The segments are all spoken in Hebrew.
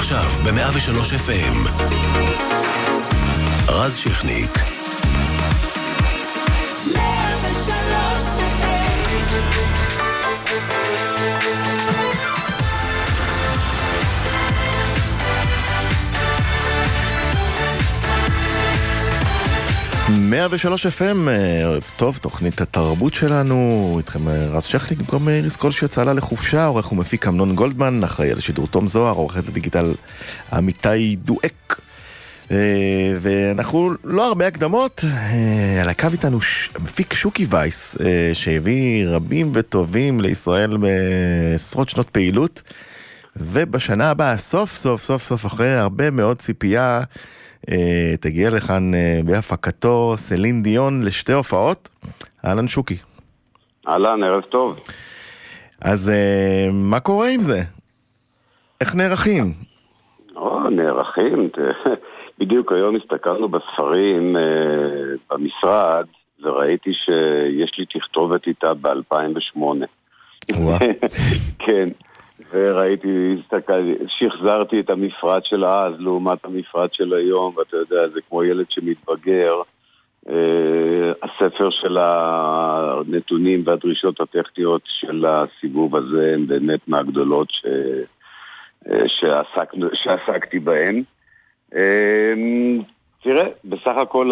עכשיו ב-103 FM. רז שכניק. 103 103 FM, טוב, תוכנית התרבות שלנו, איתכם רז שכניק, במקום איריס קול שיצא לה לחופשה, עורך ומפיק אמנון גולדמן, אחראי על שידור תום זוהר, עורכת הדיגיטל אמיתי דואק, ואנחנו לא הרבה הקדמות, על הקו איתנו מפיק שוקי וייס, שהביא רבים וטובים לישראל בעשרות שנות פעילות, ובשנה הבאה, סוף אחרי הרבה מאוד ציפייה, תגיע לכאן בהפקתו סלין דיון לשתי הופעות. אהלן שוקי. אהלן, ערב טוב. אז מה קורה עם זה? איך נערכים? נערכים. בדיוק היום הסתכלנו בספרים במשרד, וראיתי שיש לי תכתובת איתה ב-2008. כן. וראיתי, שחזרתי את המפרט של אז לעומת המפרט של היום, ואתה יודע, זה כמו ילד שמתבגר. הספר של הנתונים והדרישות הטכניות של הסיבוב הזה הם באמת מהגדולות שעסקתי בהן. תראה, בסך הכל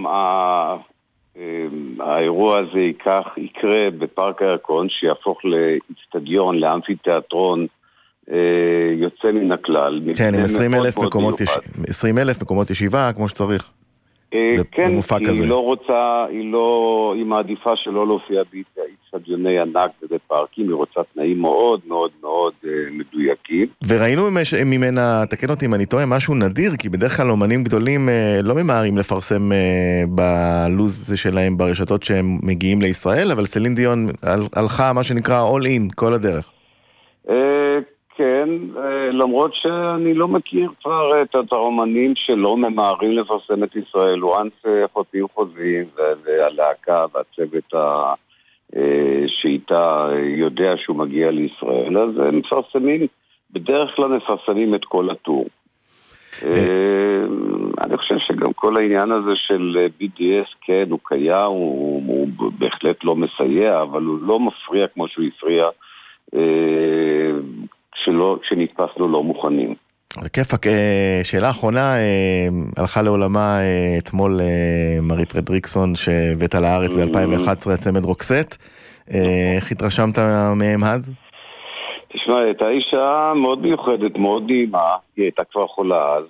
האירוע הזה יקרה בפארק הירקון, שיהפוך לאצטדיון, לאמפיתיאטרון יוצא מן הכלל. כן, עם 20,000 מקומות ישיבה, כמו שצריך. כן, היא מעדיפה שלא להופיע באצטדיוני ענק ובפארקים, היא רוצה תנאים מאוד מאוד מאוד מדויקים. וראינו ממנה, תקן אותי אם אני טועה, משהו נדיר, כי בדרך כלל אומנים גדולים לא ממהרים לפרסם בלוז שלהם ברשתות שהם מגיעים לישראל, אבל סלין דיון הלכה מה שנקרא all in, כל הדרך. כן, למרות שאני לא מכיר כבר את האומנים שלא ממהרים לפרסם את ישראל, וואנס חוזים והלהקה והצוות שאיתה יודע שהוא מגיע לישראל, אז הם בדרך כלל מפרסמים את כל הטור. אני חושב שגם כל העניין הזה של BDS, כן, הוא קיים, הוא בהחלט לא מסייע, אבל הוא לא מפריע כמו שהוא הפריע כשנתפסנו לא מוכנים. בכיפק, שאלה אחרונה, הלכה לעולמה אתמול מרי פרדריקסון שהבאת לארץ ב-2011, הצמד רוקסט. איך התרשמת מהם אז? תשמע, הייתה אישה מאוד מיוחדת, מאוד נעימה, היא הייתה כבר חולה אז,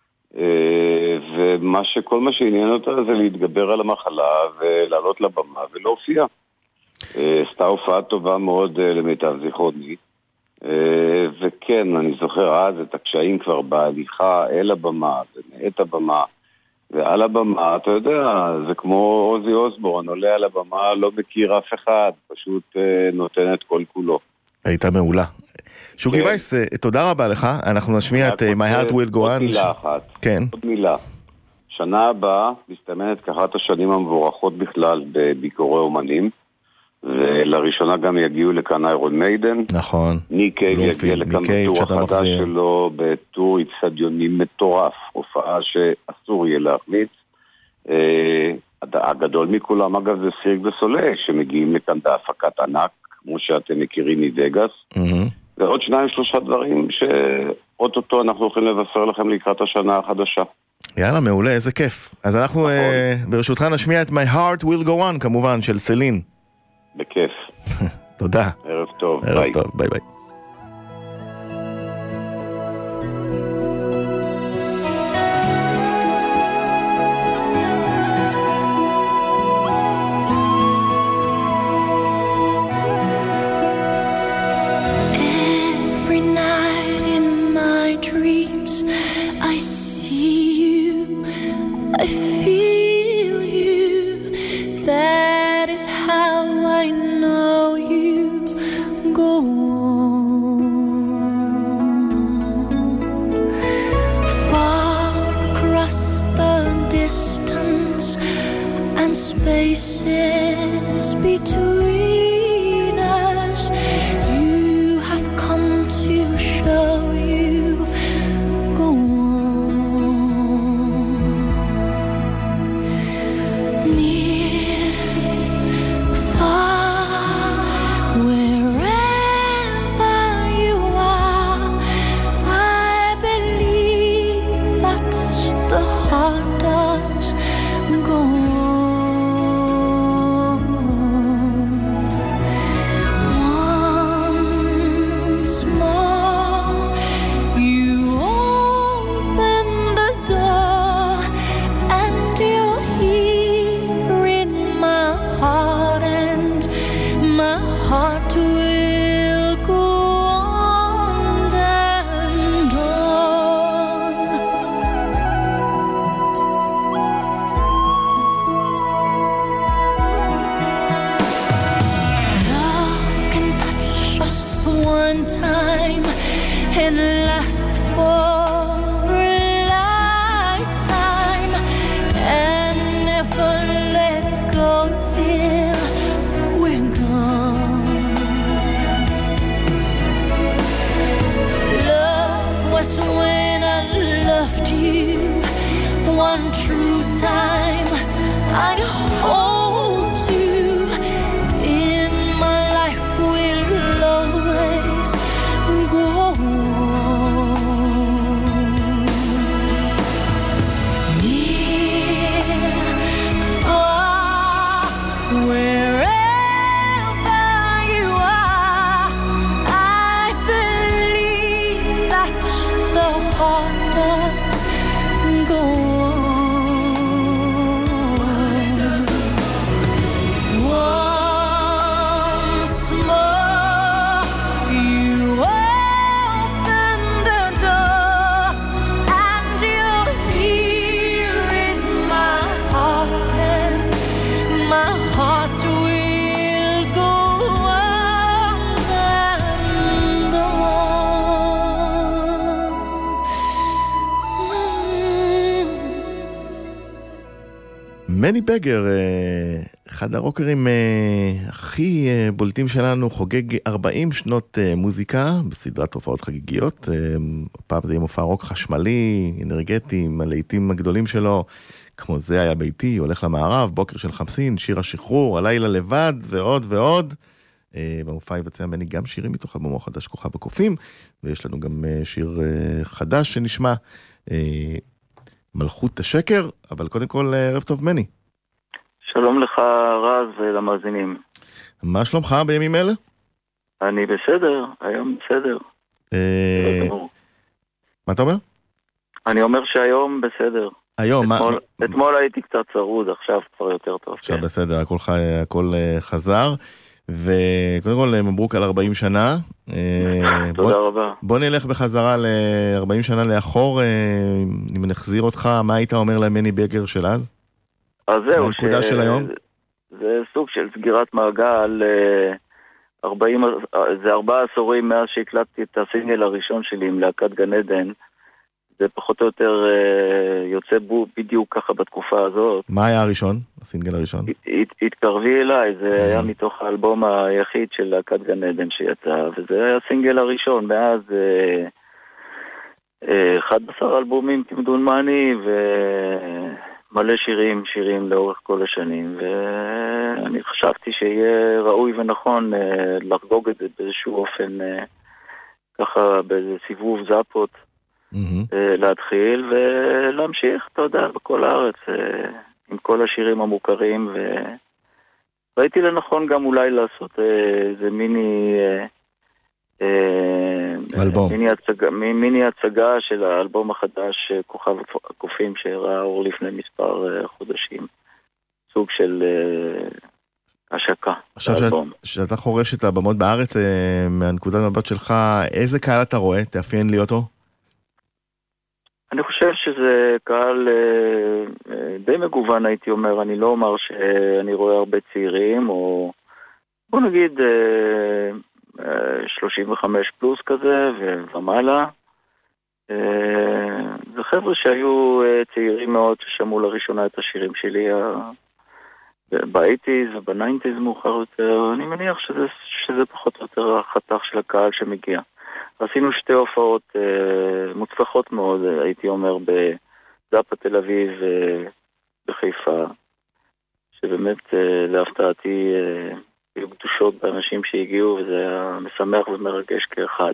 וכל מה שעניין אותה זה להתגבר על המחלה ולעלות לבמה ולהופיע. עשתה הופעה טובה מאוד למיטב זיכרוני, וכן, אני זוכר אז את הקשיים כבר בהליכה אל הבמה, ומאת הבמה, ועל הבמה, אתה יודע, זה כמו עוזי אוסבורן, עולה על הבמה, לא מכיר אף אחד, פשוט נותן את כל כולו. הייתה מעולה. שוקי וייס, תודה רבה לך, אנחנו נשמיע את My Heart Will Go On. עוד מילה אחת, עוד מילה. שנה הבאה מסתמנת כאחת השנים המבורכות בכלל בביקורי אומנים, ולראשונה גם יגיעו לכאן איירון מיידן. נכון. ניק קייב יגיע לכאן בטור החדש שלו, בטור אצטדיוני מטורף, הופעה שאסור יהיה להחמיץ. הגדול מכולם, אגב, זה סירק דו סוליי, שמגיעים לכאן בהפקת ענק, כמו שאתם מכירים מווגאס. ועוד 2-3 דברים שאוטוטו אנחנו הולכים לבשר לכם לקראת השנה החדשה. יאללה, מעולה, איזה כיף. אז אנחנו ברשותך נשמיע את My Heart Will Go On, כמובן, של סלין. בכיף. תודה. ערב טוב. ערב טוב, ביי ביי. That is how I know you go on. can last for a lifetime and never let go till we're gone. Love was when I loved you one true time. I hold you in my life, will always go on. Near, far, wherever you are, I believe that the heart does go on. Once more, you open the door, and you're here in my heart, and my heart will go on and on. מני בגר, אחד הרוקרים הכי בולטים שלנו, חוגג 40 שנות מוזיקה בסדרת הופעות חגיגיות. פעם זה יהיה מופע רוק חשמלי, אנרגטי, עם הלהיטים הגדולים שלו, כמו זה היה ביתי, הולך למערב, בוקר של חמסין, שיר השחרור, הלילה לבד ועוד ועוד. במופע יבצע מני גם שירים מתוך אלבומו החדש כוכב הקופים, ויש לנו גם שיר חדש שנשמע, מלכות השקר. אבל קודם כל ערב טוב מני. שלום לך רז ולמאזינים. מה שלומך בימים אלה? אני בסדר, היום בסדר. מה אתה אומר? אני אומר שהיום בסדר. היום, אתמול הייתי קצת צרוד, עכשיו כבר יותר טוב. עכשיו בסדר, הכל חזר. וקודם כל מברוק על 40 שנה. תודה רבה. בוא נלך בחזרה ל-40 שנה לאחור, אם נחזיר אותך, מה היית אומר למני בגר של אז? אז זהו, הנקודה של היום? זה סוג של סגירת מעגל, 40, זה 4 עשורים מאז שהקלטתי את הסינגל הראשון שלי עם להקת גן עדן, זה פחות או יותר יוצא בדיוק ככה בתקופה הזאת. מה היה הראשון? הסינגל הראשון? התקרבי אליי, זה היה מתוך האלבום היחיד של להקת גן עדן שיצא, וזה היה הסינגל הראשון, מאז 11 אלבומים כמדומני, ומלא שירים לאורך כל השנים, ואני חשבתי שיהיה ראוי ונכון לחגוג את זה באיזשהו אופן, ככה באיזה סיבוב זאפות, להתחיל ולהמשיך, אתה יודע, בכל הארץ עם כל השירים המוכרים, וראיתי לנכון גם אולי לעשות איזה מיני הצגה של האלבום החדש כוכב הקופים שראה אור לפני מספר חודשים, סוג של השקה. עכשיו שאתה חורש את הבמות בארץ מהנקודת מבט שלך, איזה קהל אתה רואה? תאפיין לי אותו. אני חושב שזה קהל די מגוון, הייתי אומר. אני לא אומר שאני רואה הרבה צעירים, או בוא נגיד 35 פלוס כזה ומעלה. זה חבר'ה שהיו צעירים מאוד ששמעו לראשונה את השירים שלי ב-80s וב-90s מאוחר יותר. אני מניח שזה פחות או יותר החתך של הקהל שמגיע. עשינו 2 הופעות מוצלחות מאוד, הייתי אומר, בזאפה תל אביב ובחיפה, שבאמת להפתעתי היו גדושות באנשים שהגיעו, וזה היה משמח ומרגש כאחד.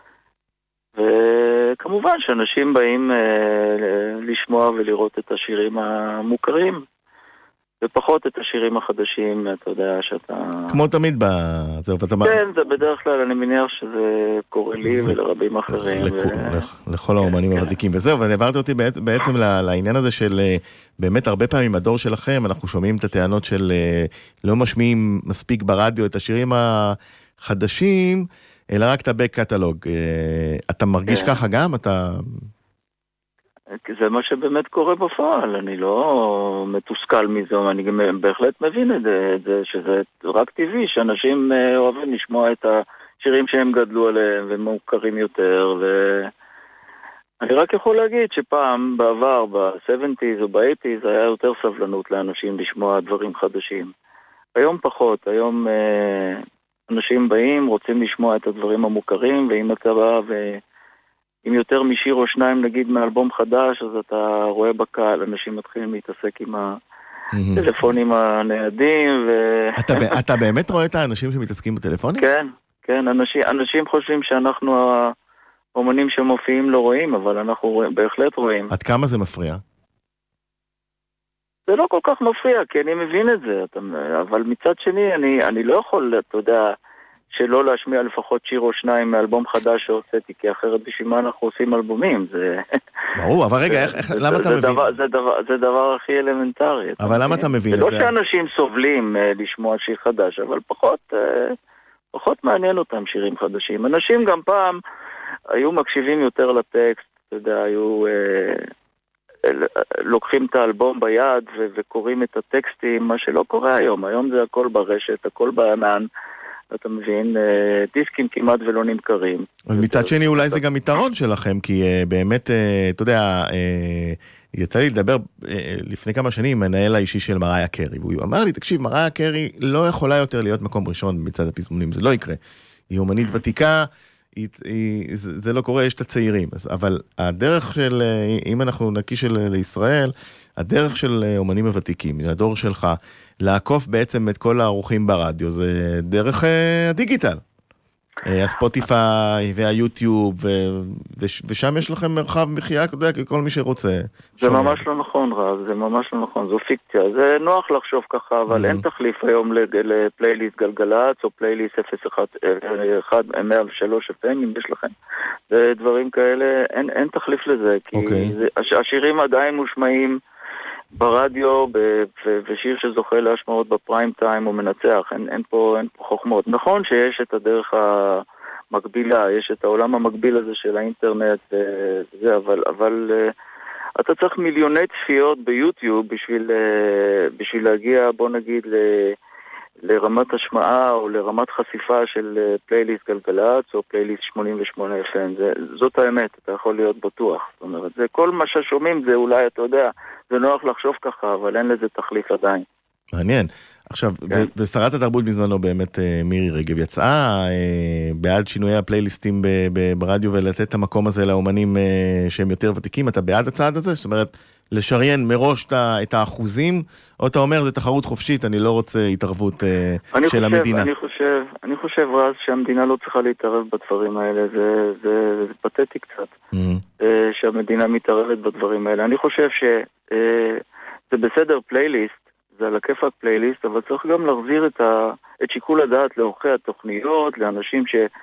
וכמובן שאנשים באים לשמוע ולראות את השירים המוכרים, ופחות את השירים החדשים, אתה יודע שאתה... כמו תמיד כן, זה בדרך כלל, אני מניח שזה קורה לי ולרבים אחרים. לכל האומנים הוותיקים וזהו, והעברת אותי בעצם לעניין הזה של באמת הרבה פעמים הדור שלכם, אנחנו שומעים את הטענות של לא משמיעים מספיק ברדיו את השירים החדשים, אלא רק את הבק-קטלוג. אתה מרגיש ככה גם? זה מה שבאמת קורה בפועל, אני לא מתוסכל מזה, אני בהחלט מבין את זה, שזה רק טבעי, שאנשים אוהבים לשמוע את שירים שהם גדלו עליהם ומוכרים יותר, ואני רק יכול להגיד שפעם בעבר, ב-70s או ב-80s, היה יותר סבלנות לאנשים לשמוע דברים חדשים. היום פחות, היום אנשים באים, רוצים לשמוע את הדברים המוכרים, ואם אתה בא ואם יותר משיר או שניים נגיד מאלבום חדש, אז אתה רואה בקהל, אנשים מתחילים להתעסק עם הטלפונים הניידים. אתה באמת רואה את האנשים שמתעסקים בטלפונים? כן, כן, אנשים חושבים שאנחנו האומנים שמופיעים לא רואים, אבל אנחנו בהחלט רואים. עד כמה זה מפריע? זה לא כל כך מפריע, כי אני מבין את זה, אבל מצד שני, אני לא יכול, אתה יודע, שלא להשמיע לפחות שיר או שניים מאלבום חדש שהוצאתי, כי אחרת בשביל מה אנחנו עושים אלבומים, זה... ברור, אבל רגע, למה אתה מבין? זה דבר הכי אלמנטרי. אבל למה אתה מבין את זה? זה לא שאנשים סובלים לשמוע שיר חדש, אבל פחות מעניין אותם שירים חדשים. אנשים גם פעם היו מקשיבים יותר לטקסט, אתה יודע, היו... לוקחים את האלבום ביד וקוראים את הטקסטים, מה שלא קורה היום. היום זה הכל ברשת, הכל בענן, אתה מבין, דיסקים כמעט ולא נמכרים. מצד שני אולי זה גם יתרון שלכם, כי באמת, אתה יודע, יצא לי לדבר לפני כמה שנים עם מנהל האישי של מריה קרי, והוא אמר לי, תקשיב, מריה קרי לא יכולה יותר להיות מקום ראשון מצד הפזמונים, זה לא יקרה. היא אומנית ותיקה, זה לא קורה, יש את הצעירים, אבל הדרך של, אם אנחנו נקיש לישראל, הדרך של אומנים הוותיקים, הדור שלך, לעקוף בעצם את כל הערוצים ברדיו, זה דרך הדיגיטל. הספוטיפיי והיוטיוב, ושם יש לכם מרחב מחיה, אתה יודע, כל מי שרוצה. זה ממש לא נכון, רב, זה ממש לא נכון, זו פיקציה. זה נוח לחשוב ככה, אבל אין תחליף היום לפלייליסט גלגלץ, או פלייליסט 103 FM, אם יש לכם. זה דברים כאלה, אין תחליף לזה, כי השירים עדיין מושמעים ברדיו, ושיר שזוכה להשמעות בפריים טיים הוא מנצח, אין פה חוכמות. נכון שיש את הדרך המקבילה, יש את העולם המקביל הזה של האינטרנט, וזה, אבל אתה צריך מיליוני צפיות ביוטיוב בשביל להגיע, בוא נגיד, לרמת השמעה או לרמת חשיפה של פלייליסט גלגלץ או פלייליסט 88 FM. זאת האמת, אתה יכול להיות בטוח. זאת אומרת, זה כל מה ששומעים זה אולי, אתה יודע, זה נוח לחשוב ככה, אבל אין לזה תחליף עדיין. מעניין. עכשיו, ושרת התרבות בזמנו באמת מירי רגב יצאה בעד שינויי הפלייליסטים ברדיו ולתת את המקום הזה לאומנים שהם יותר ותיקים. אתה בעד הצעד הזה? זאת אומרת, לשריין מראש את האחוזים, או אתה אומר, זה תחרות חופשית, אני לא רוצה התערבות של המדינה. אני חושב, רז, שהמדינה לא צריכה להתערב בדברים האלה, זה פתטי קצת, שהמדינה מתערבת בדברים האלה. אני חושב שזה בסדר פלייליסט, זה על הכיפק פלייליסט, אבל צריך גם להחזיר את שיקול הדעת לאורחי התוכניות, לאנשים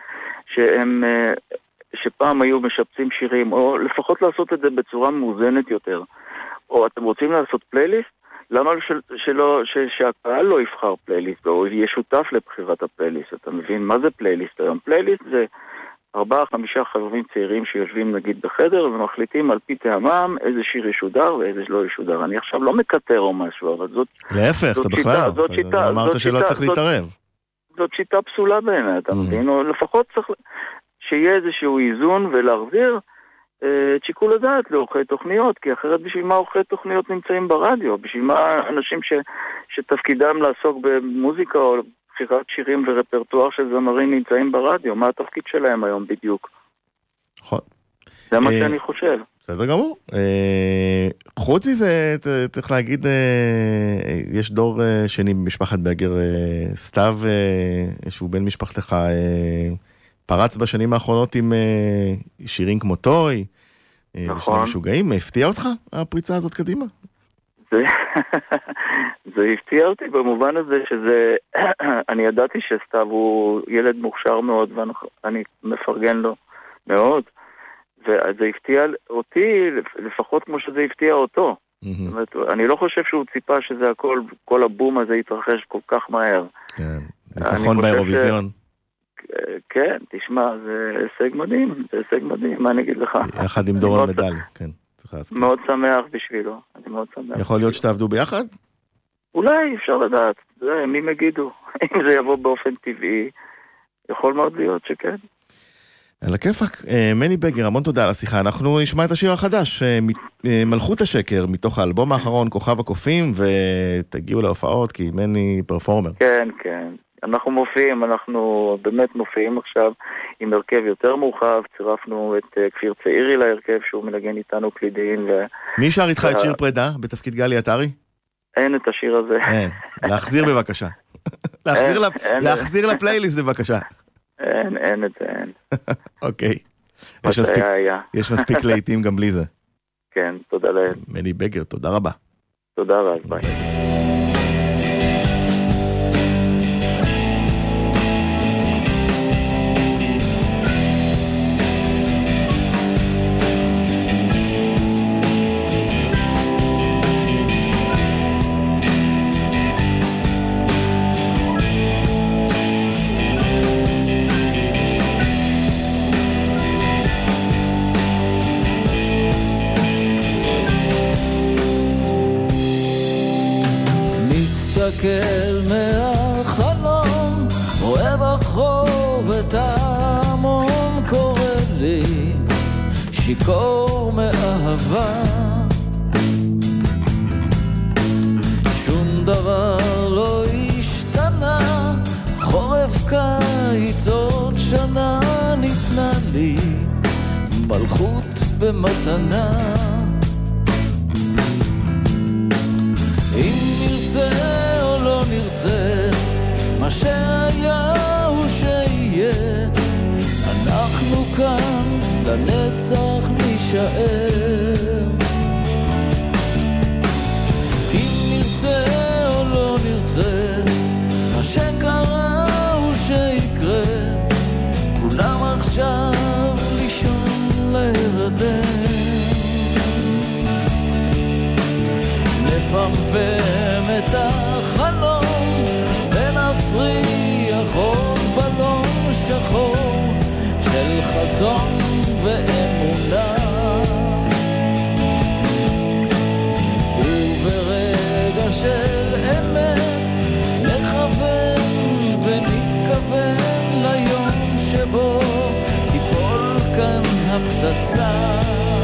שפעם היו משפצים שירים, או לפחות לעשות את זה בצורה מאוזנת יותר. או אתם רוצים לעשות פלייליסט? למה שהקהל לא יבחר פלייליסט, או יהיה שותף לבחירת הפלייליסט? אתה מבין מה זה פלייליסט היום? פלייליסט זה 4-5 חברים צעירים שיושבים נגיד בחדר ומחליטים על פי טעמם איזה שיר ישודר ואיזה לא ישודר. אני עכשיו לא מקטר או משהו, אבל זאת... להפך, אתה בכלל לא. אמרת שלא צריך להתערב. זאת שיטה פסולה בעיניי, אתה מבין? או לפחות צריך שיהיה איזשהו איזון ולהחזיר את שיקול הדעת לאורחי תוכניות, כי אחרת בשביל מה אורחי תוכניות נמצאים ברדיו? בשביל מה אנשים שתפקידם לעסוק במוזיקה או בחירת שירים ורפרטואר של זמרים נמצאים ברדיו? מה התפקיד שלהם היום בדיוק? נכון. זה מה שאני חושב. בסדר גמור. חוץ מזה, צריך להגיד, יש דור שני במשפחת בגר, סתיו, שהוא בן משפחתך, פרץ בשנים האחרונות עם שירים כמו טוי, ושני משוגעים. הפתיע אותך הפריצה הזאת קדימה? זה הפתיע אותי במובן הזה שזה, אני ידעתי שסתיו הוא ילד מוכשר מאוד, ואני מפרגן לו מאוד, וזה הפתיע אותי לפחות כמו שזה הפתיע אותו. זאת אומרת, אני לא חושב שהוא ציפה שזה הכל, כל הבום הזה יתרחש כל כך מהר. כן, ניצחון באירוויזיון. כן, תשמע, זה הישג מדהים, מה אני אגיד לך? יחד עם דורון מדלי, כן. מאוד שמח בשבילו, אני מאוד שמח. יכול להיות שתעבדו ביחד? אולי, אפשר לדעת, זה, מי מגידו. אם זה יבוא באופן טבעי, יכול מאוד להיות שכן. על הכיפק, מני בגר, המון תודה על השיחה. אנחנו נשמע את השיר החדש, מלכות השקר, מתוך האלבום האחרון, כוכב הקופים, ותגיעו להופעות, כי מני פרפורמר. כן, כן. אנחנו באמת מופיעים עכשיו עם הרכב יותר מורחב, צירפנו את כפיר צעירי להרכב, שהוא מנגן איתנו קלידים. מי שר איתך את שיר פרידה, בתפקיד גלי עטרי? אין את השיר הזה. אין, להחזיר בבקשה. להחזיר לפלייליסט בבקשה. אין את זה, אין. אוקיי. יש מספיק לעיתים גם בלי זה. כן, תודה להם. מני בגר, תודה רבה. תודה רבה, ביי. מסתכל מהחלום, רואה בחוב את ההמון, קורא לי שיקור מאהבה. שום דבר לא השתנה, חורף קיץ עוד שנה, ניתנה לי מלכות במתנה. אם נרצה או לא נרצה, מה שהיה הוא שיהיה, אנחנו כאן לנצח נשאר. אם נרצה או לא נרצה, מה שקרה הוא שיקרה, כולם עכשיו לישון להירדם. נפמפם את החלום ונפריח עוד בלון שחור של חזון ואמונה, וברגע של אמת נכוון ונתכוון ליום שבו תיפול כאן הפצצה.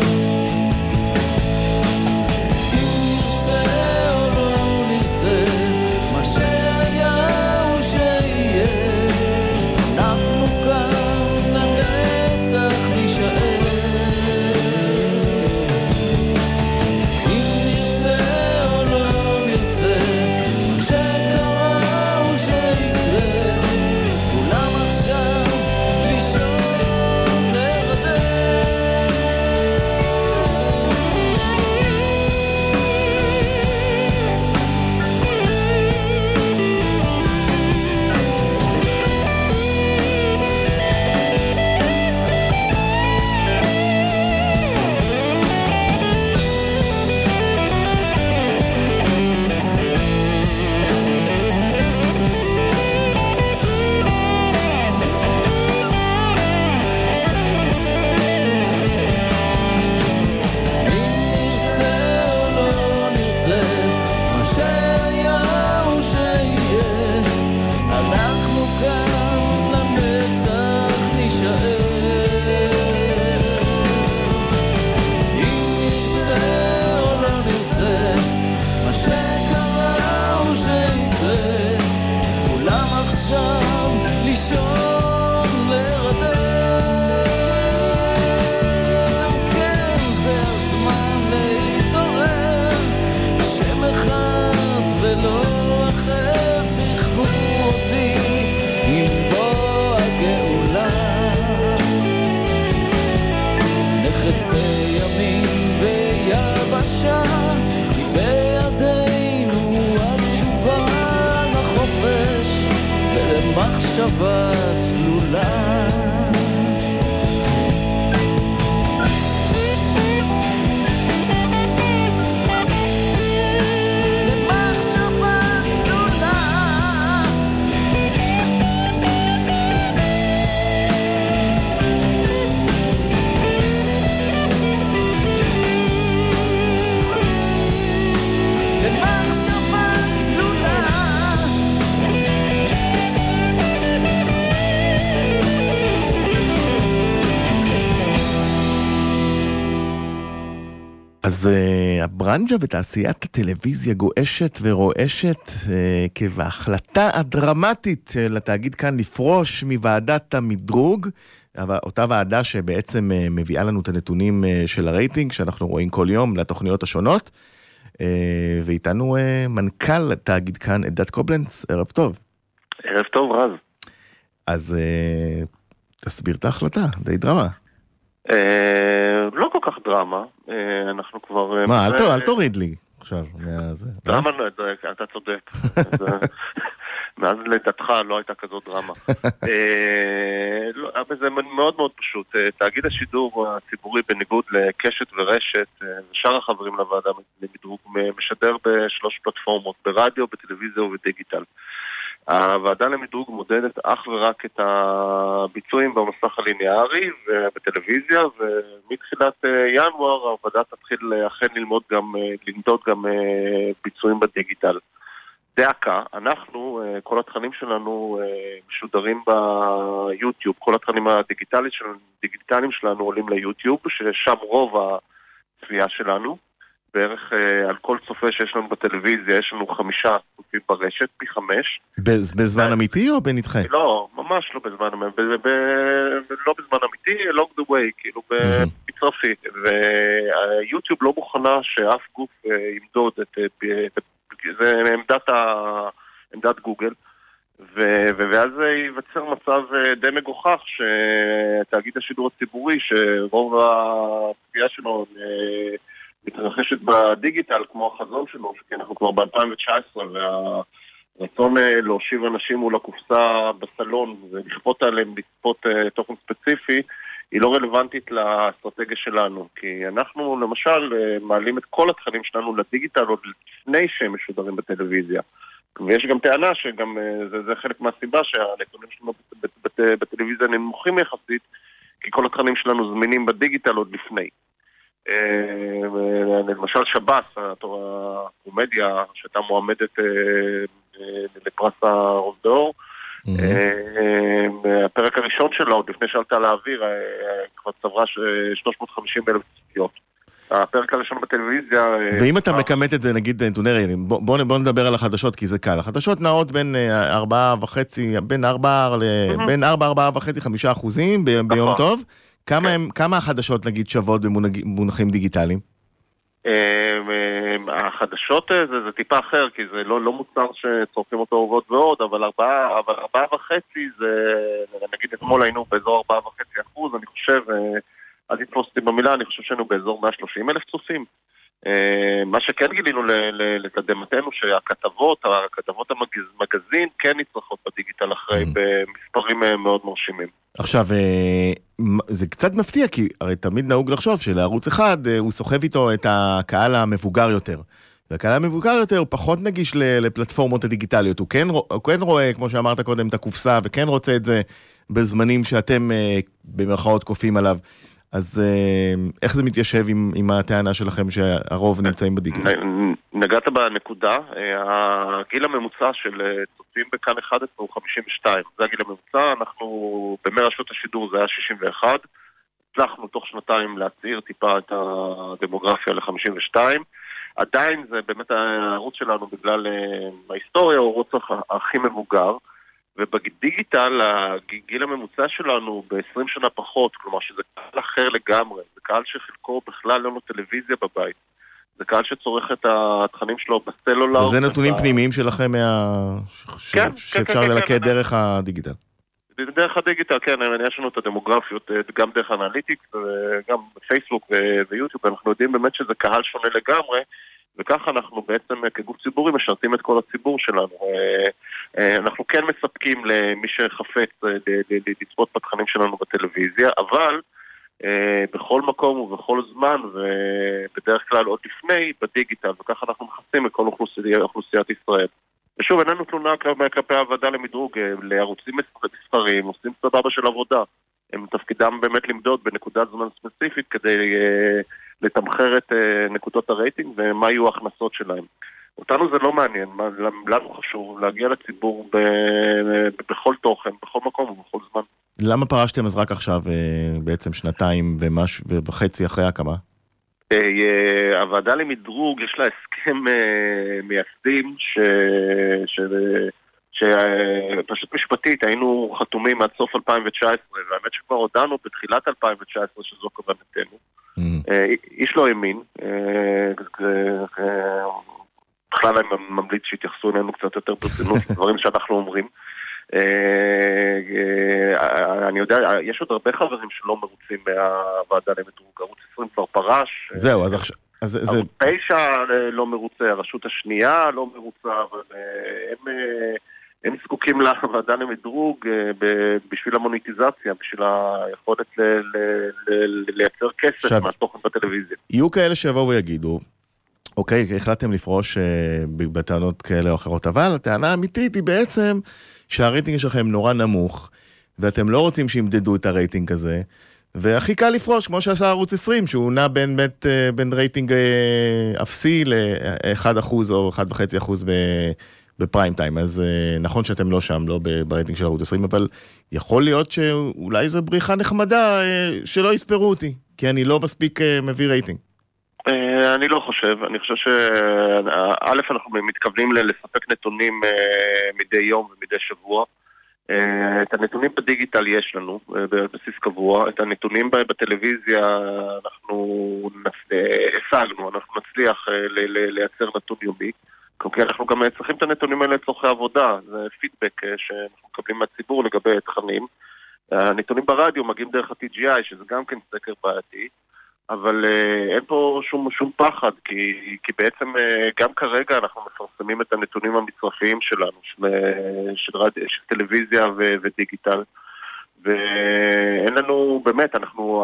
מחשבה צלולה אז הברנז'ה ותעשיית הטלוויזיה גועשת ורועשת כהחלטה הדרמטית לתאגיד כאן לפרוש מוועדת המדרוג, אותה ועדה שבעצם מביאה לנו את הנתונים של הרייטינג שאנחנו רואים כל יום לתוכניות השונות, ואיתנו מנכ"ל תאגיד כאן אלדד קובלנץ. ערב טוב. ערב טוב, רז. אז תסביר את ההחלטה, די דרמה. לא כל כך דרמה, אנחנו כבר... מה, אל תוריד לי עכשיו. דרמה, אתה צודק. מאז לידתך לא הייתה כזאת דרמה. זה מאוד מאוד פשוט. תאגיד השידור הציבורי בניגוד לקשת ורשת, ושאר החברים לוועדה למדרוג, משדר בשלוש פלטפורמות, ברדיו, בטלוויזיה ובדיגיטל. הוועדה למדרוג מודדת אך ורק את הביצועים במסך הליניארי ובטלוויזיה, ומתחילת ינואר הוועדה תתחיל אכן למדוד גם ביצועים בדיגיטל. דאקה, אנחנו, כל התכנים שלנו משודרים ביוטיוב, כל התכנים הדיגיטליים שלנו עולים ליוטיוב, ששם רוב הצפייה שלנו. בערך על כל צופה שיש לנו בטלוויזיה, יש לנו 5 צופים ברשת, פי 5. בזמן אמיתי או בנדחה? לא, ממש לא בזמן אמיתי, לא בזמן אמיתי, along the way, כאילו בצרפי. ויוטיוב לא מוכנה שאף גוף ימדוד זה עמדת גוגל, ואז ייווצר מצב די מגוחך שתאגיד השידור הציבורי, שרוב הצפייה שלו מתרחשת בדיגיטל כמו החזון שלו, כי אנחנו כבר ב-2019 והרצון להושיב אנשים מול הקופסה בסלון ולכפות עליהם לצפות תוכן ספציפי היא לא רלוונטית לאסטרטגיה שלנו, כי אנחנו למשל מעלים את כל התכנים שלנו לדיגיטל עוד לפני שהם משודרים בטלוויזיה, ויש גם טענה שגם זה חלק מהסיבה שהנתונים שלנו בטלוויזיה נמוכים יחסית, כי כל התכנים שלנו זמינים בדיגיטל עוד לפני. למשל שב"ס, הקומדיה שהייתה מועמדת לפרס הרוז ד'אור, הפרק הראשון שלה עוד לפני שעלתה לאוויר כבר צברה 350,000 צפיות. הפרק הראשון בטלוויזיה... ואם אתה מקמת את זה, נגיד נתוני רייטינג, בוא נדבר על החדשות כי זה קל. החדשות נעות בין 4.5-5% ביום טוב. כמה החדשות נגיד שוות במונחים דיגיטליים? החדשות זה טיפה אחר, כי זה לא מוצר שצורכים אותו עוד ועוד, אבל 4.5 זה, נגיד אתמול היינו באזור 4.5%, אני חושב, אז התפוסתי במילה, אני חושב שהיינו באזור 130,000 צופים. מה שכן גילינו לתדהמתנו שהכתבות המגזין כן נצרכות בדיגיטל אחרי במספרים מאוד מרשימים. עכשיו, זה קצת מפתיע, כי הרי תמיד נהוג לחשוב שלערוץ אחד הוא סוחב איתו את הקהל המבוגר יותר. והקהל המבוגר יותר הוא פחות נגיש לפלטפורמות הדיגיטליות. הוא כן רואה, כמו שאמרת קודם, את הקופסה, וכן רוצה את זה בזמנים שאתם במרכאות קופים עליו. אז איך זה מתיישב עם הטענה שלכם שהרוב נמצאים בדיגיטל? נגעת בנקודה, הגיל הממוצע של צופים בכאן 11 הוא 52, זה הגיל הממוצע, אנחנו במי רשות השידור זה היה 61, הצלחנו תוך שנתיים להצעיר טיפה את הדמוגרפיה ל-52, עדיין זה באמת הערוץ שלנו בגלל ההיסטוריה, הוא הערוץ הכי מבוגר, ובדיגיטל הגיל הממוצע שלנו ב-20 שנה פחות, כלומר שזה קהל אחר לגמרי, זה קהל שחלקו בכלל לא טלוויזיה בבית, זה קהל שצורך את התכנים שלו בסלולר. וזה נתונים פנימיים שלכם שאפשר ללקט דרך הדיגיטל? דרך הדיגיטל, כן, יש לנו את הדמוגרפיות, גם דרך אנליטיקס, גם בפייסבוק ויוטיוב, אנחנו יודעים באמת שזה קהל שונה לגמרי, וככה אנחנו בעצם כגוף ציבורי משרתים את כל הציבור שלנו. אנחנו כן מספקים למי שחפץ לצפות בתכנים שלנו בטלוויזיה, אבל בכל מקום ובכל זמן, ובדרך כלל עוד לפני, בדיגיטל, וככה אנחנו מכסים את כל אוכלוסיית ישראל. ושוב, איננו תלונה כלפי הוועדה למדרוג, לערוצים מסחריים, עושים סבבה של עבודה. הם תפקידם באמת למדוד בנקודת זמן ספציפית כדי לתמחר את נקודות הרייטינג ומה יהיו ההכנסות שלהם. אותנו זה לא מעניין, לנו חשוב להגיע לציבור בכל תוכן, בכל מקום ובכל זמן. למה פרשתם אז רק עכשיו בעצם שנתיים וחצי אחרי הקמה? הוועדה למדרוג יש לה הסכם מייסדים שפשוט משפטית היינו חתומים עד סוף 2019, והאמת שכבר הודענו בתחילת 2019 שזו כוונתנו. איש לא האמין, בכלל אני ממליץ שהתייחסו אלינו קצת יותר ברצינות לדברים שאנחנו אומרים. אני יודע, יש עוד הרבה חברים שלא מרוצים מהוועדה למדרוג, ערוץ 20 כבר פרש. זהו, אז עכשיו... ערוץ 9 לא מרוצה, הרשות השנייה לא מרוצה, אבל הם זקוקים לוועדה למדרוג בשביל המוניטיזציה, בשביל היכולת לייצר כסף מהתוכן בטלוויזיה. יהיו כאלה שיבואו ויגידו, אוקיי, החלטתם לפרוש בטענות כאלה או אחרות, אבל הטענה האמיתית היא בעצם שהרייטינג שלכם נורא נמוך, ואתם לא רוצים שימדדו את הרייטינג הזה, והכי קל לפרוש, כמו שעשה ערוץ 20, שהוא נע בין רייטינג אפסי ל-1% או 1.5% בפריים טיים. אז נכון שאתם לא שם, לא ברייטינג של ערוץ 20, אבל יכול להיות שאולי זו בריחה נחמדה שלא יספרו אותי, כי אני לא מספיק מביא רייטינג. אני לא חושב, אני חושב שא' אנחנו מתכוונים לספק נתונים מדי יום ומדי שבוע. את הנתונים בדיגיטל יש לנו בבסיס קבוע, את הנתונים בטלוויזיה אנחנו השגנו, אנחנו נצליח לייצר נתון יומי, כי אנחנו גם צריכים את הנתונים האלה לצורכי עבודה, זה פידבק שאנחנו מקבלים מהציבור לגבי תכנים. הנתונים ברדיו מגיעים דרך ה-TGI, שזה גם כן סקר בעייתי, אבל אין פה שום פחד, כי בעצם גם כרגע אנחנו מפרסמים את הנתונים המצרפיים שלנו, של טלוויזיה ודיגיטל, ואין לנו, באמת,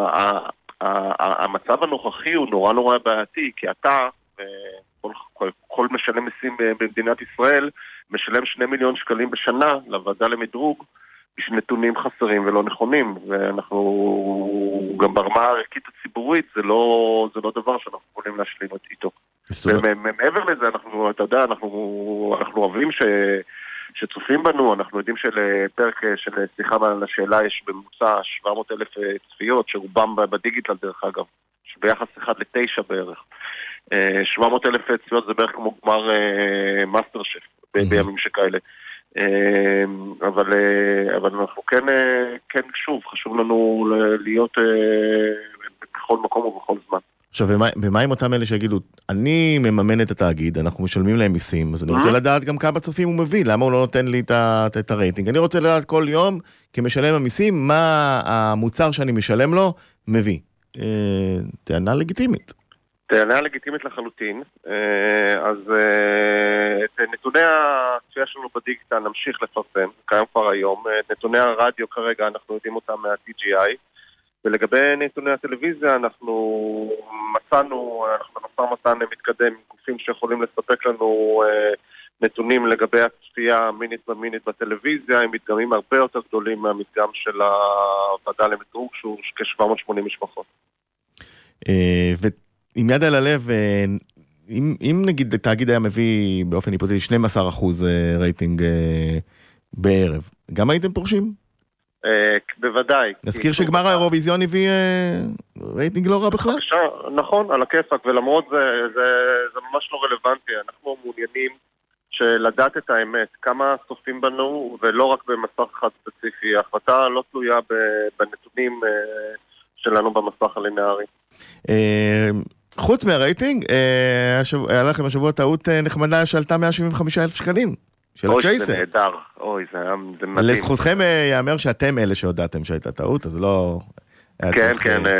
המצב הנוכחי הוא נורא בעייתי, כי אתה, כל משלם מיסים במדינת ישראל, משלם 2 מיליון שקלים בשנה לוועדה למדרוג, יש נתונים חסרים ולא נכונים, ואנחנו גם ברמה הערכית הציבורית, זה לא דבר שאנחנו יכולים להשלים איתו. ומעבר לזה, אתה יודע, אנחנו אוהבים שצופים בנו, אנחנו יודעים שלפרק של שיחה על השאלה יש בממוצע 700,000 צפיות, שרובם בדיגיטל דרך אגב, שביחס 1-9 בערך. 700,000 צפיות זה בערך כמו גמר מאסטר שף בימים שכאלה. אבל אנחנו כן שוב, חשוב לנו להיות בכל מקום ובכל זמן. עכשיו, ומה עם אותם אלה שיגידו, אני מממן את התאגיד, אנחנו משלמים להם מיסים, אז אני רוצה לדעת גם כמה צופים הוא מביא, למה הוא לא נותן לי את הרייטינג? אני רוצה לדעת כל יום, כמשלם המיסים, מה המוצר שאני משלם לו מביא. טענה לגיטימית. טענה לגיטימית לחלוטין, אז את נתוני הצפייה שלנו בדיגיטל נמשיך לפרסם, קיים כבר היום, את נתוני הרדיו כרגע אנחנו יודעים אותם מה-TGI, ולגבי נתוני הטלוויזיה אנחנו במשא ומתן מתקדם עם גופים שיכולים לספק לנו נתונים לגבי הצפייה מינית במינית בטלוויזיה, עם מדגמים הרבה יותר גדולים מהמדגם של הוועדה למדרוג, שהוא כ-780 משפחות. עם יד על הלב, אם נגיד התאגיד היה מביא באופן היפותטי 12% רייטינג בערב, גם הייתם פורשים? בוודאי. נזכיר שגמר האירוויזיון הביא רייטינג לא רע בכלל? נכון, על הכיפק, ולמרות זה ממש לא רלוונטי. אנחנו מעוניינים לדעת את האמת, כמה צופים בנו, ולא רק במסך אחד ספציפי. ההחלטה לא תלויה בנתונים שלנו במסך הלינארי. חוץ מהרייטינג, היה לכם השבוע טעות נחמדה שעלתה 175,000 שקלים. של הצ'ייסר. זה נהדר, זה מדהים. לזכותכם יאמר שאתם אלה שהודעתם שהייתה טעות, אז לא... כן,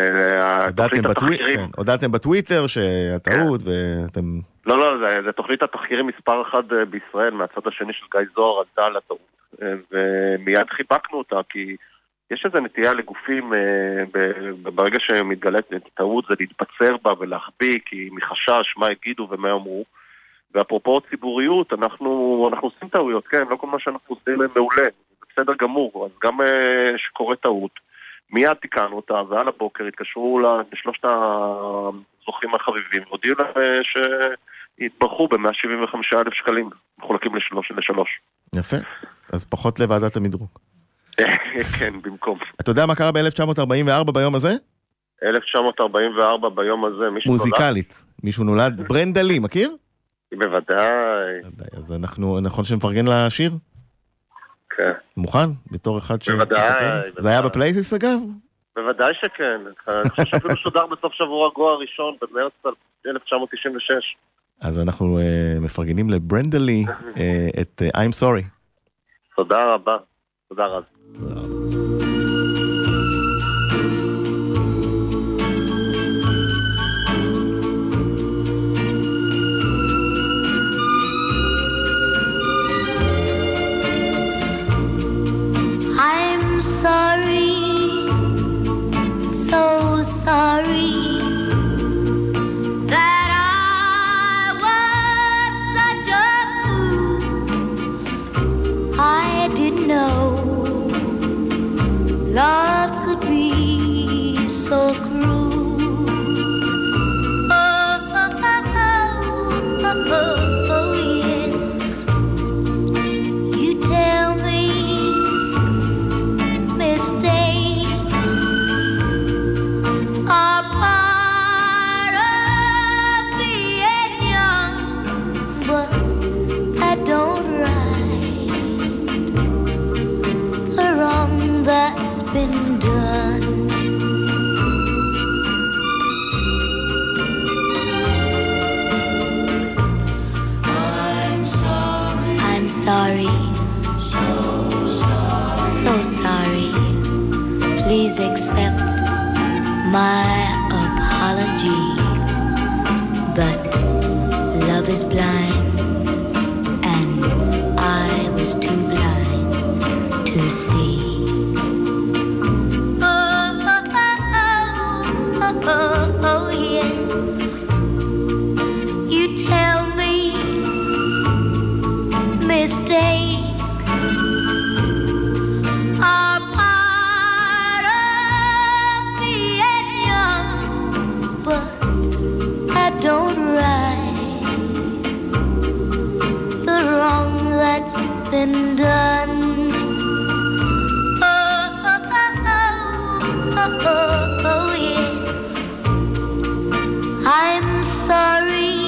הודעתם בטוויטר שהטעות, ואתם... לא, זה תוכנית התחקירים מספר 1 בישראל, מהצד השני של גיא זוהר, עלתה על הטעות. ומיד חיבקנו אותה, כי יש איזו נטייה לגופים, ברגע שמתגלית טעות, זה להתבצר בה ולהחביא, כי מחשש מה יגידו ומה אמרו. ואפרופו ציבוריות, אנחנו עושים טעויות, כן, לא כל מה שאנחנו עושים מעולה, זה בסדר גמור, אז גם שקורה טעות, מיד תיקנו אותה, ועל הבוקר התקשרו לשלושת הזוכים החביבים, והודיעו להם שהתברכו ב-175,000 שקלים, מחולקים לשלוש. יפה, אז פחות לוועדת המדרוג. כן, במקום. אתה יודע מה קרה ב-1944 ביום הזה? 1944 ביום הזה. מוזיקלית. מישהו נולד? ברנדלי, מכיר? בוודאי. אז אנחנו, נכון שנפרגן לשיר? כן. מוכן? בתור אחד בוודאי. זה היה בפלייסיס אגב? בוודאי שכן. אני חושב שאפילו שודר בסוף שבוע רגוע הראשון, במרץ 1996. אז אנחנו מפרגנים לברנדלי את I'm Sorry. תודה רבה. תודה רב. I'm sorry, so sorry that I was such a fool. I didn't know love could be so cruel. Oh, oh, oh, oh, oh, oh, yes. You tell me mistakes are part of being young, but I don't right the wrong that's been done. I'm sorry, so sorry. Please accept my apology. But love is blind, and I was too blind to see. Oh, oh, oh, oh, oh, oh, yes. You tell me mistakes are part of being young, but I don't right the wrong that's been done. Oh, oh, oh, oh, oh, oh, yes. I'm sorry,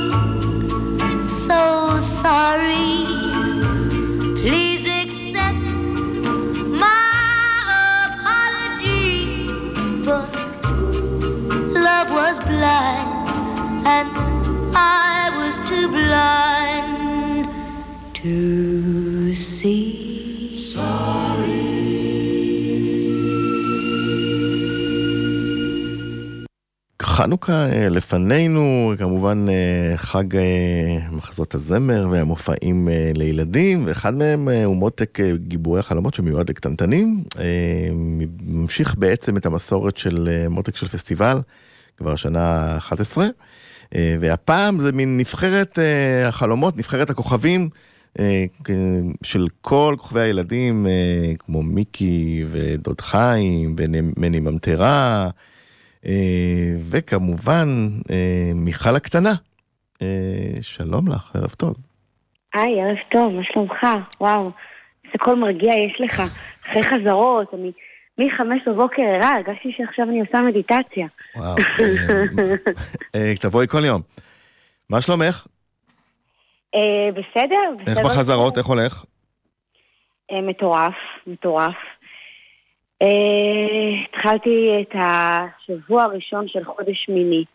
so sorry. Please accept my apology. But love was blind, and I was too blind to see. חנוכה לפנינו, כמובן חג מחזות הזמר והמופעים לילדים, ואחד מהם הוא מותק גיבורי החלומות שמיועד לקטנטנים, ממשיך בעצם את המסורת של מותק של פסטיבל, כבר השנה 11, והפעם זה מין נבחרת החלומות, נבחרת הכוכבים, של כל כוכבי הילדים, כמו מיקי ודוד חיים, מני ממטרה, וכמובן מיכל הקטנה. שלום לך, ערב טוב. היי, ערב טוב, מה שלומך? וואו, זה כל מרגיע יש לך. אחרי חזרות, אני מ-5 בבוקר ערה, הרגשתי שעכשיו אני עושה מדיטציה. וואו. תבואי כל יום. מה שלומך? בסדר. איך בחזרות, איך הולך? מטורף, מטורף. התחלתי את השבוע הראשון של חודש מיני.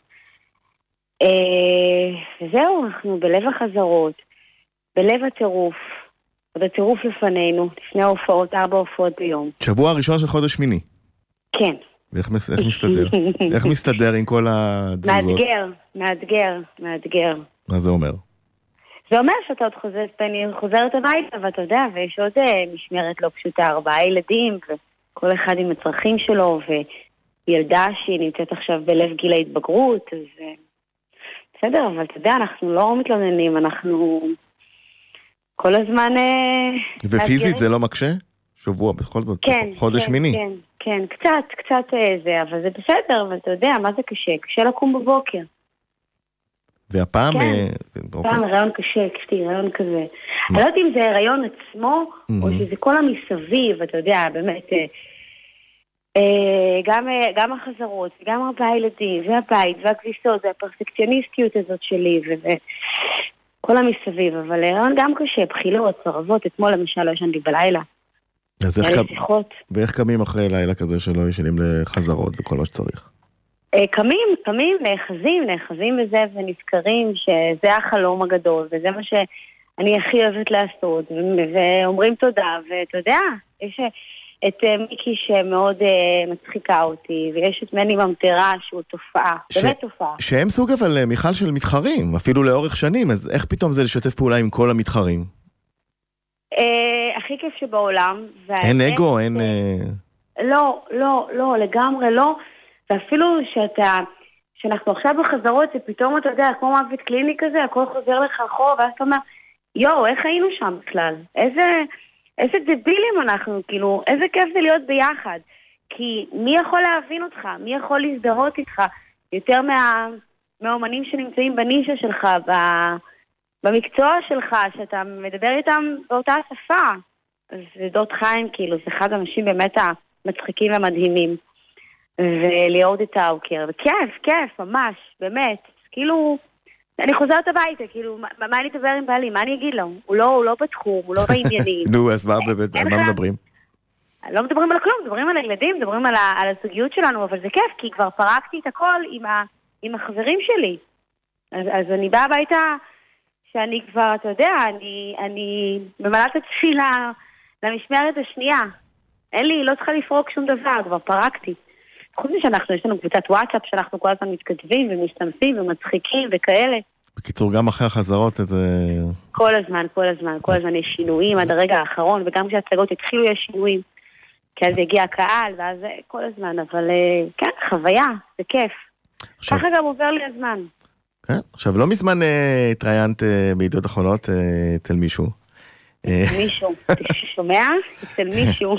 וזהו, אנחנו בלב החזרות, בלב הטירוף. עוד הטירוף לפנינו, לפני ההופעות, 4 הופעות ביום. שבוע הראשון של חודש מיני? כן. ואיך מסתדר? איך מסתדר עם כל התזוזות? מאתגר. מה זה אומר? זה אומר שאתה עוד חוזרת הביתה, ואתה יודע, ויש עוד משמרת לא פשוטה, 4 ילדים, וכל אחד עם הצרכים שלו, וילדה שהיא נמצאת עכשיו בלב גיל ההתבגרות, אז בסדר, אבל אתה יודע, אנחנו לא מתלוננים, אנחנו כל הזמן... ופיזית זה לא מקשה? שבוע, בכל זאת, כן, חודש כן, מיני. כן, כן, קצת זה, אבל זה בסדר, אבל אתה יודע, מה זה קשה? קשה לקום בבוקר. והפעם... כן, פעם הרעיון קשה, קשתי, רעיון כזה. אני לא יודעת אם זה הרעיון עצמו, או שזה כל המסביב, אתה יודע, באמת, גם החזרות, גם 4 ילדים, והבית, והכביסות, והפרפקציוניסטיות הזאת שלי, וכל המסביב, אבל גם קשה, בחילות, צרבות, אתמול למשל לא ישנתי בלילה. אז ואיך קמים אחרי לילה כזה שלא ישנים לחזרות וכל מה שצריך? קמים, נאחזים בזה ונזכרים שזה החלום הגדול, וזה מה שאני הכי אוהבת לעשות, ואומרים תודה, ואתה יודע, יש את מיקי שמאוד מצחיקה אותי, ויש את מני ממטרה שהוא תופעה, באמת תופעה. שהם סוג אבל מיכל של מתחרים, אפילו לאורך שנים, אז איך פתאום זה לשתף פעולה עם כל המתחרים? הכי כיף שבעולם. אין אגו, אין... לא, לגמרי לא. ואפילו שאנחנו עכשיו בחזרות, זה פתאום אתה יודע, כמו מוות קליני כזה, הכל חוזר לך אחורה, ואז אתה אומר, איך היינו שם בכלל? איזה דבילים אנחנו, כאילו, איזה כיף זה להיות ביחד. כי מי יכול להבין אותך? מי יכול להזדהות איתך? יותר מהאומנים שנמצאים בנישה שלך, במקצוע שלך, שאתה מדבר איתם באותה שפה. אז זה דוד חיים, כאילו, זה אחד האנשים באמת המצחיקים והמדהימים. וליאור טאוקר, וכיף, ממש, באמת. כאילו, אני חוזרת הביתה, כאילו, מה אני אדבר עם בעלי? מה אני אגיד לו? הוא לא בתחום, הוא לא בעניינים. נו, אז על מה מדברים? לא מדברים על כלום, מדברים על הילדים, מדברים על הסוגיות שלנו, אבל זה כיף, כי כבר פרקתי את הכל עם החברים שלי. אז אני באה הביתה שאני כבר, אתה יודע, אני ממלאת את עצמי למשמרת השנייה. לא צריכה לפרוק שום דבר, כבר פרקתי. חוץ משאנחנו, יש לנו קבוצת וואטסאפ שאנחנו כל הזמן מתכתבים ומשתמסים ומצחיקים וכאלה. בקיצור, גם אחרי החזרות את זה... כל הזמן יש שינויים עד הרגע האחרון, וגם כשהצגות התחילו יש שינויים. כי אז הגיע הקהל, ואז כל הזמן, אבל כן, חוויה, זה כיף. ככה גם עובר לי הזמן. כן, עכשיו לא מזמן התראיינת בידיעות אחרונות אצל מישהו. מישהו, שומע? אצל מישהו.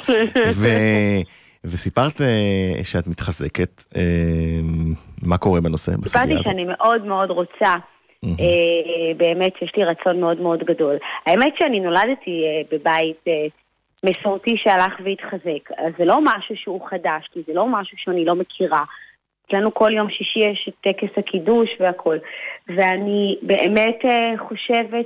וסיפרת שאת מתחזקת, מה קורה בנושא בסוגיה הזאת? סיפרתי שאני מאוד מאוד רוצה, באמת יש לי רצון מאוד מאוד גדול. האמת שאני נולדתי בבית מסורתי שהלך והתחזק, אז זה לא משהו שהוא חדש, כי זה לא משהו שאני לא מכירה. אצלנו כל יום שישי יש את טקס הקידוש והכל, ואני באמת חושבת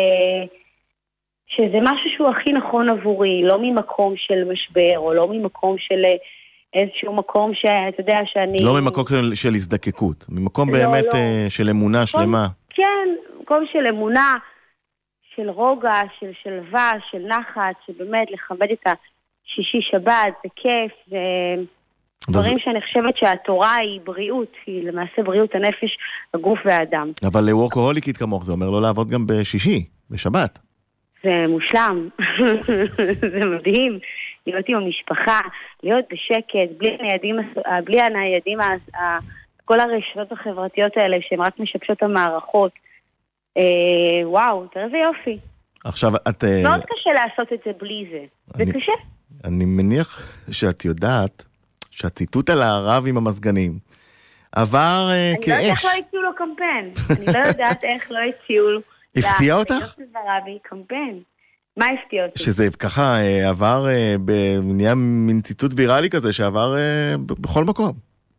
שזה משהו שהוא הכי נכון עבורי, לא ממקום של משבר, או לא ממקום של איזשהו מקום שאתה יודע שאני... לא ממקום של הזדקקות, ממקום באמת של אמונה שלמה. כן, מקום של אמונה, של רוגע, של שלווה, של נחת, שבאמת לכבד את השישי שבת, זה כיף, זה דברים שאני חושבת שהתורה היא בריאות, היא למעשה בריאות הנפש, הגוף והאדם. אבל לוורקוהוליקית כמוך, זה אומר לא לעבוד גם בשישי, בשבת. זה מושלם, זה מדהים, להיות עם המשפחה, להיות בשקט, בלי הניידים, כל הרשתות החברתיות האלה שהן רק משבשות המערכות. וואו, תראה איזה יופי. עכשיו את... מאוד קשה לעשות את זה בלי זה, זה קשה. אני מניח שאת יודעת שהציטוט על הרב עם המסגנים עבר כאש. אני לא יודעת איך לא הציעו לו קמפיין, אני לא יודעת איך לא הציעו לו. הפתיע אותך? קמפיין. מה הפתיע אותי? שזה ככה עבר, נהיה מין ציטוט ויראלי כזה שעבר בכל מקום.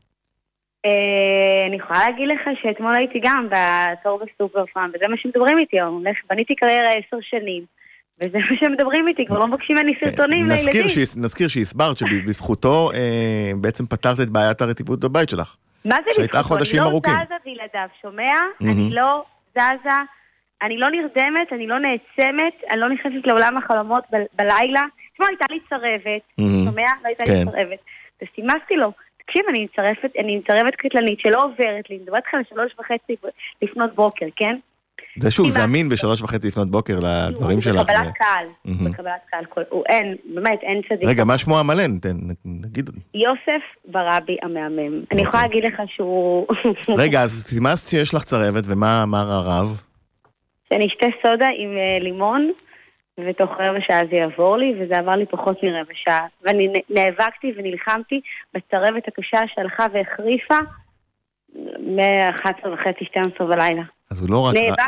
אני יכולה להגיד לך שאתמול הייתי גם בתור בסופר פארם, וזה מה שמדברים איתי, בניתי קריירה 10 שנים, וזה מה שמדברים איתי, כבר לא מבקשים ממני סרטונים לילדים. נזכיר שהסברת שבזכותו בעצם פתרת את בעיית הרטיבות בבית שלך. מה זה בזכותו? אני לא זזה בלעדיו, שומע? אני לא זזה, אני לא נרדמת, אני לא נעצמת, אני לא נכנסת לעולם החלומות בלילה. אתמול הייתה לי צרבת, שומע? לא הייתה לי צרבת. וסימסתי לו, תקשיב, אני מצרבת קטלנית שלא עוברת לי, אני מדברת לך ל3:30 לפנות בוקר, כן? זה שוב, זה אמין ב3:30 לפנות בוקר לדברים שלך. בקבלת קהל, באמת, אין צדיק. רגע, מה שמו המלא? נגיד. יוסף ברבי המאמם. אני יכולה להגיד לך שהוא... רגע, אז סימסת שיש לך צרבת, ומה אמר הרב? שאני אשתה סודה עם לימון, ותוך 15 שעה זה יעבור לי, וזה עבר לי פחות מ15 שעה. ואני נאבקתי ונלחמתי בצרבת הקשה שהלכה והחריפה, מ11:30, 12 בלילה. אז הוא לא רק...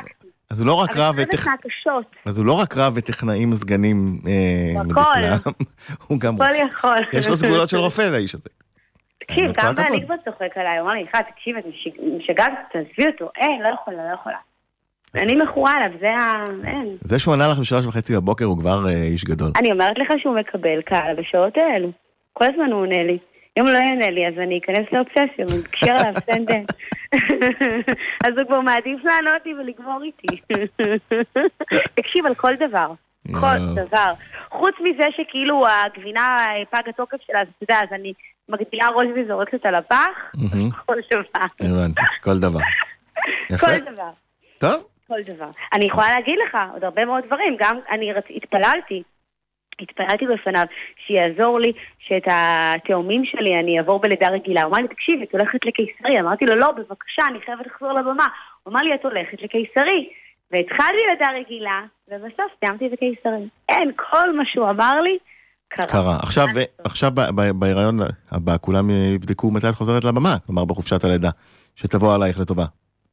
אז הוא לא רק רב אז הוא לא רק רב וטכנאים סגנים מדקלם, הוא גם יכול. יש לו סגולות של רופא לאיש הזה. תקשיב, גם בעלי כבר צוחק עליי, הוא אמר לי, תקשיב, את משגעת, תעזבי אותו, לא יכולה. אני מכורה עליו, אין. זה שהוא ענה לך ב3:30 בבוקר, הוא כבר איש גדול. אני אומרת לך שהוא מקבל קהל בשעות האלו. כל הזמן הוא עונה לי. אם הוא לא יענה לי, אז אני אכנס לאובססיה, אני אתקשר עליו סנדן. אז הוא כבר מעדיף לענות לי ולגמור איתי. תקשיב על כל דבר. כל דבר. חוץ מזה שכאילו הגבינה פג התוקף שלה, אז אתה יודע, אז אני מגדילה ראש וזורקת על הפח. כל דבר. הבנתי, כל דבר. כל דבר. טוב. כל דבר. אני יכולה להגיד לך עוד הרבה מאוד דברים. גם אני התפללתי בפניו שיעזור לי שאת התאומים שלי אני אעבור בלידה רגילה. הוא אמר לי, תקשיב, את הולכת לקיסרי. אמרתי לו, לא, בבקשה, אני חייבת לחזור לבמה. הוא אמר לי, את הולכת לקיסרי. והתחלתי לידה רגילה, ובסוף סיימתי בקיסרי. אין, כל מה שהוא אמר לי, קרה. עכשיו בהיריון הבא, כולם יבדקו מתי את חוזרת לבמה, כלומר בחופשת הלידה, שתבוא עלייך לטובה.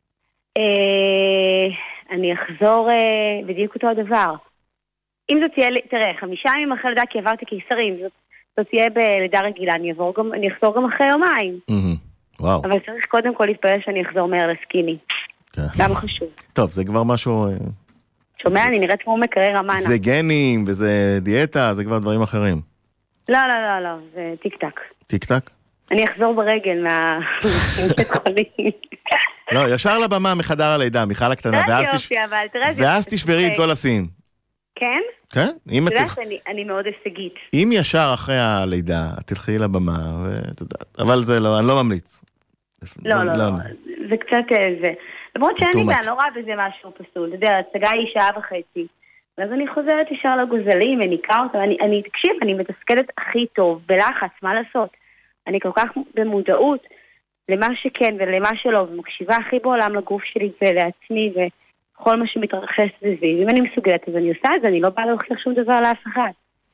אני אחזור בדיוק אותו הדבר. אם זאת תהיה, תראה, 5 ימים אחרי לידה כי עברתי קיסרים, זאת תהיה בלידה רגילה, אני אחזור גם אחרי יומיים. וואו. אבל צריך קודם כל להתפלל שאני אחזור מהר לסקיני. גם חשוב. טוב, זה כבר משהו... שומע, אני נראית כמו מקרר המנה. זה גנים וזה דיאטה, זה כבר דברים אחרים. לא, זה טיק-טק. טיק-טק? אני אחזור ברגל מהמשת חולים. לא, ישר לבמה מחדר הלידה, מיכל הקטנה, ואז תשברי את כל הסין. כן? כן? אתה יודע שאני מאוד הישגית. אם ישר אחרי הלידה, תלכי לבמה, ואת יודעת, אבל זה לא, אני לא ממליץ. לא, זה קצת זה. למרות שאני לא רואה בזה משהו פסול. אתה יודע, הצגה היא 1.5 שעות. ואז אני חוזרת ישר לגוזלים, מניקה אותם. תקשיב, אני מתסכלת הכי טוב, בלחץ, מה לעשות? אני כל כך במודעות למה שכן ולמה שלא, ומקשיבה הכי בעולם לגוף שלי ולעצמי, וכל מה שמתרחש סביבי. אם אני מסוגלת, אז אני עושה את זה, אני לא באה להוכיח שום דבר לאף אחד.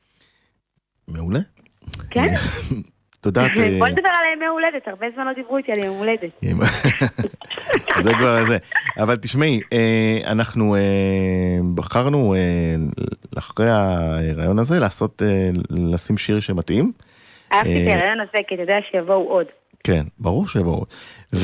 מעולה. כן? תודה. בוא נדבר על ימי הולדת, הרבה זמן לא דיברו איתי על ימי הולדת. זה כבר זה. אבל תשמעי, אנחנו בחרנו אחרי הרעיון הזה לשים שיר שמתאים. אהבתי את הרעיון הזה, כי אתה יודע שיבואו עוד. כן, ברור שיבואו עוד.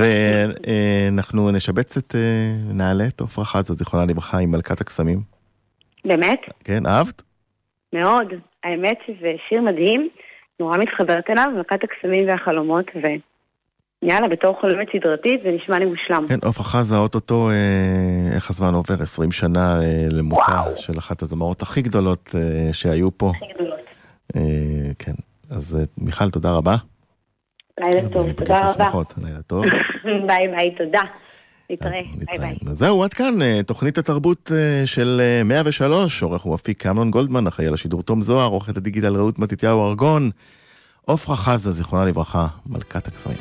ואנחנו נשבץ את נעלה את עפרה חזה, זיכרונה לברכה, עם מלכת הקסמים. באמת? כן, אהבת? מאוד. האמת שזה שיר מדהים. נורא מתחברת אליו, מלכת הקסמים והחלומות, ויאללה, בתור חולמת סדרתית, זה נשמע לי מושלם. כן, עפרה חזה, אותו, איך הזמן עובר, 20 שנה למותה של אחת הזמרות הכי גדולות שהיו פה. הכי גדולות. כן, אז מיכל, תודה רבה. לילה טוב, תודה רבה. לילה טוב. ביי, תודה. נתראה, ביי. זהו, עד כאן תוכנית התרבות של 103, עורך ומפיק אמנון גולדמן, אחראי על השידור תום זוהר, עורכת הדיגיטל רעות מתתיהו ארגון, עפרה חזה, זיכרונה לברכה, מלכת הקסמים.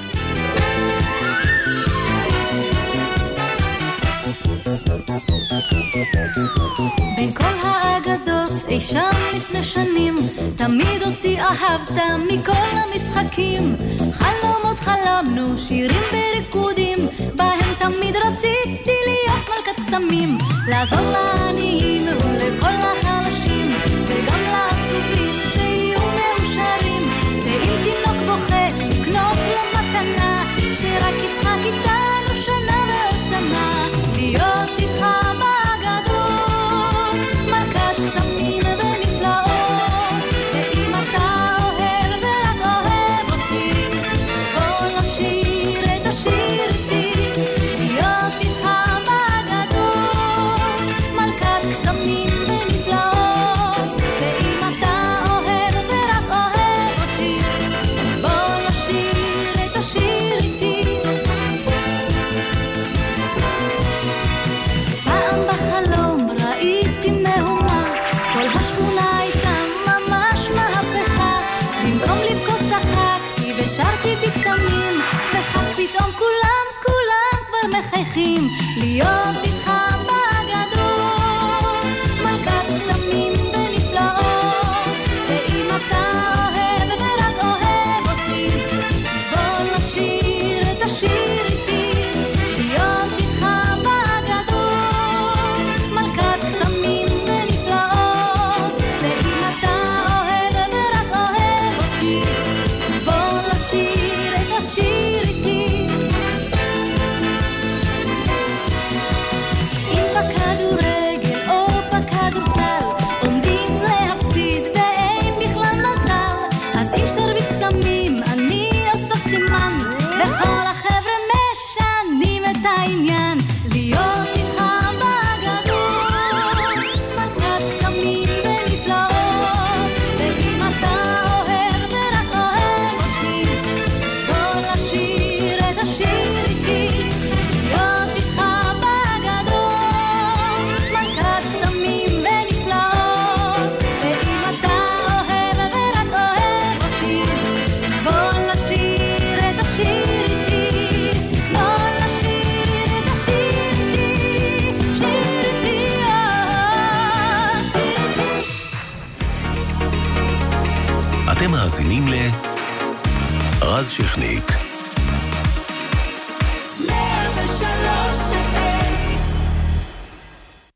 בין כל האגדות אי שם לפני שנים, תמיד אותי אהבת מכל המשחקים, חלומות חלמנו, שירים בריקודים, בהם תמיד רציתי להיות מלכת קסמים, לעזור לעניים ולכל החלשים, וגם לעצובים שיהיו מאושרים, ואם תינוק בוכה קנות לו מתנה, שרק יצחק איתנו שנה ועוד שנה, להיות איתך באגדות, מלכת קסמים ונפלאות, ואם אתה אוהב ורק אוהב אותי, בוא נשיר את השיר איתי, להיות איתך באגדות, מלכת מאזינים ל... רז שכניק